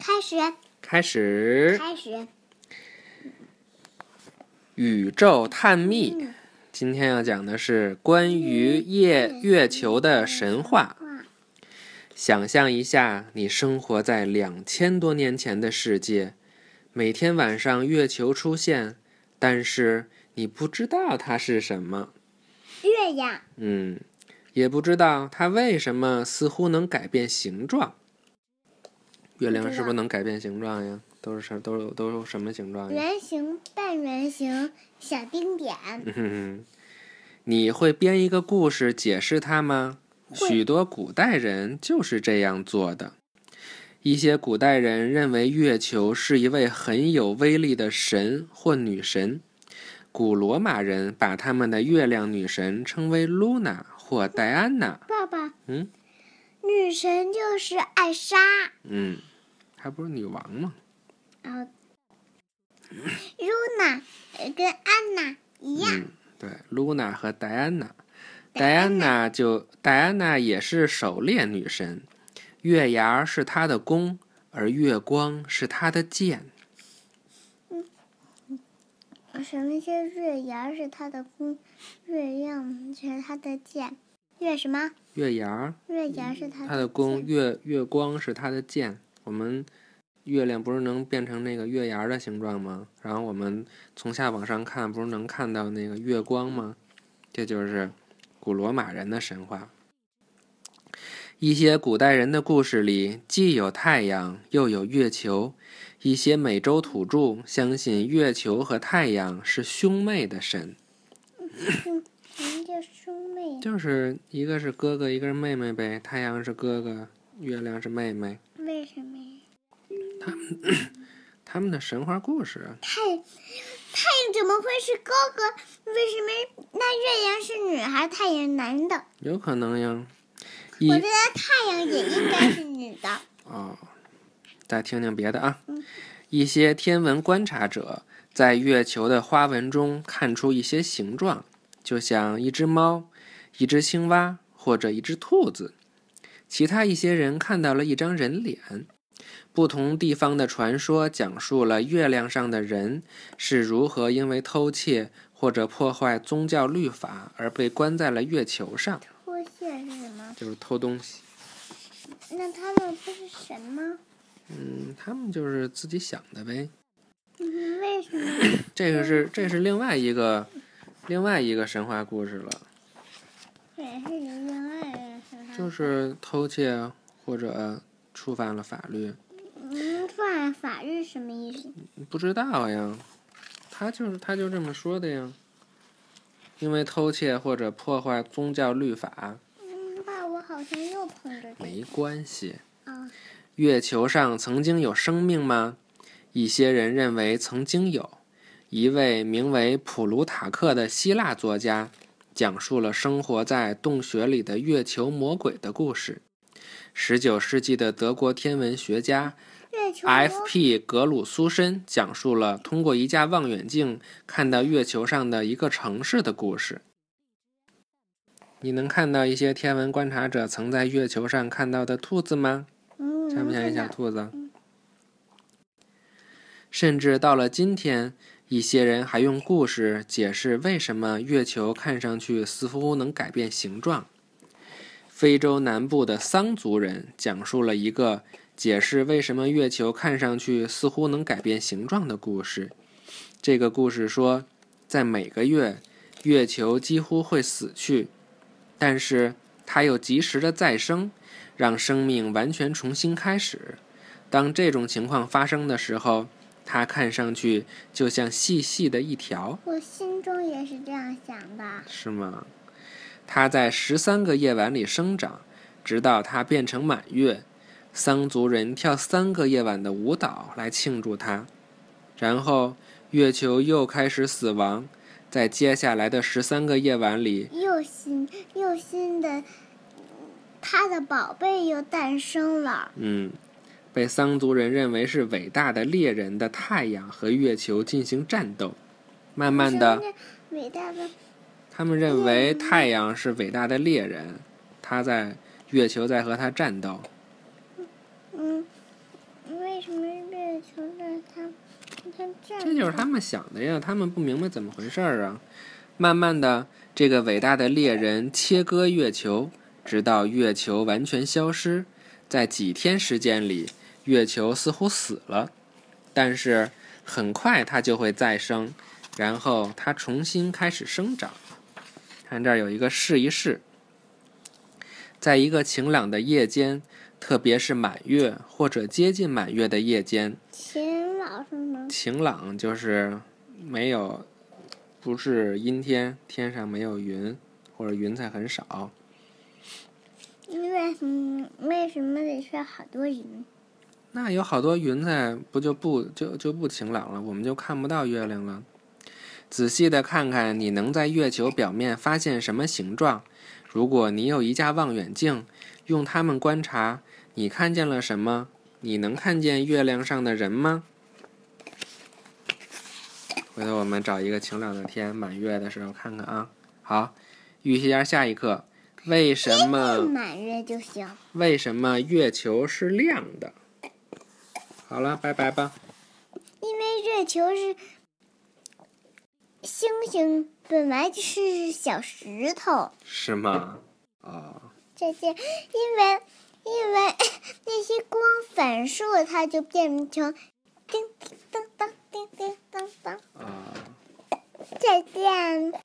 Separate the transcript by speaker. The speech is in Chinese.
Speaker 1: 开始。宇宙探秘。今天要讲的是关于月球的神话。想象一下，你生活在2000多年前的世界，每天晚上月球出现，但是你不知道它是什么。
Speaker 2: 月亮。
Speaker 1: 也不知道它为什么似乎能改变形状。月亮是不是能改变形状呀？都是什么形状呀？
Speaker 2: 圆形、半圆形、小丁点。
Speaker 1: 你会编一个故事解释它吗？许多古代人就是这样做的。一些古代人认为月球是一位很有威力的神或女神。古罗马人把他们的月亮女神称为露娜或戴安娜。
Speaker 2: 爸爸，女神就是艾莎。
Speaker 1: 她不是女王吗？
Speaker 2: 露娜跟安娜一样。
Speaker 1: 对，露娜和戴安娜。戴安娜也是狩猎女神，月牙是她的弓，而月光是她的箭。
Speaker 2: 什么叫月牙是她的弓，月亮是她的箭？月什么？
Speaker 1: 月牙
Speaker 2: 是
Speaker 1: 她的弓，月光是她的箭。我们月亮不是能变成那个月牙的形状吗？然后我们从下往上看，不是能看到那个月光吗？这就是古罗马人的神话。一些古代人的故事里既有太阳又有月球。一些美洲土著相信月球和太阳是兄妹的神。
Speaker 2: 什么叫兄妹？
Speaker 1: 就是一个是哥哥，一个是妹妹呗。太阳是哥哥，月亮是妹妹。
Speaker 2: 为什么呀？
Speaker 1: 他们的神话故事。
Speaker 2: 太阳怎么会是哥哥？为什么那月亮是女孩，太阳男的？
Speaker 1: 有可能呀。
Speaker 2: 我觉得太阳也应该是女的。
Speaker 1: 再听听别的啊。一些天文观察者在月球的花纹中看出一些形状，就像一只猫、一只青蛙或者一只兔子。其他一些人看到了一张人脸。不同地方的传说讲述了月亮上的人是如何因为偷窃或者破坏宗教律法而被关在了月球上。
Speaker 2: 偷窃是什么？
Speaker 1: 就是偷东西。
Speaker 2: 那他们不是神吗？
Speaker 1: 他们就是自己想的呗。
Speaker 2: 为什么？
Speaker 1: 这是另外一个神话故事了。就是偷窃或者触犯了法律。
Speaker 2: 触犯法律什么意思？
Speaker 1: 不知道呀，他就这么说的呀。因为偷窃或者破坏宗教律法。
Speaker 2: 爸，我好像又碰着这个。
Speaker 1: 没关系。月球上曾经有生命吗？一些人认为曾经有。一位名为普鲁塔克的希腊作家讲述了生活在洞穴里的月球魔鬼的故事。19世纪的德国天文学家 F.P. 格鲁苏申讲述了通过一架望远镜看到月球上的一个城市的故事。你能看到一些天文观察者曾在月球上看到的兔子吗？像不像一小兔子？甚至到了今天，一些人还用故事解释为什么月球看上去似乎能改变形状。非洲南部的桑族人讲述了一个解释为什么月球看上去似乎能改变形状的故事。这个故事说，在每个月，月球几乎会死去，但是它又及时的再生，让生命完全重新开始。当这种情况发生的时候，它看上去就像细细的一条。
Speaker 2: 我心中也是这样想的。
Speaker 1: 是吗？它在13个夜晚里生长，直到它变成满月。桑族人跳3个夜晚的舞蹈来庆祝它。然后月球又开始死亡，在接下来的13个夜晚里，
Speaker 2: 又新的，他的宝贝又诞生了。
Speaker 1: 被桑族人认为是伟大的猎人的太阳和月球进行战斗。慢慢的，
Speaker 2: 伟大的，
Speaker 1: 他们认为太阳是伟大的猎人，月球在和他战斗。
Speaker 2: 为什么
Speaker 1: 这就是他们想的呀，他们不明白怎么回事啊。慢慢的，这个伟大的猎人切割月球，直到月球完全消失。在几天时间里，月球似乎死了，但是很快它就会再生，然后它重新开始生长。看这儿有一个试一试，在一个晴朗的夜间，特别是满月或者接近满月的夜间，
Speaker 2: 晴朗是吗？
Speaker 1: 晴朗就是没有，不是阴天，天上没有云，或者云彩很少。
Speaker 2: 为什么得是好多云？
Speaker 1: 那有好多云彩，就不晴朗了，我们就看不到月亮了。仔细的看看，你能在月球表面发现什么形状？如果你有一架望远镜，用它们观察，你看见了什么？你能看见月亮上的人吗？回头我们找一个晴朗的天，满月的时候看看啊。好，预习一下下一课。为什么
Speaker 2: 满月就行？
Speaker 1: 为什么月球是亮的？好了，拜拜吧。
Speaker 2: 因为月球是星星，本来就是小石头。
Speaker 1: 是吗？哦。
Speaker 2: 再见。因为那些光反射，它就变成叮叮当当，叮叮当当。
Speaker 1: 啊。
Speaker 2: 再见。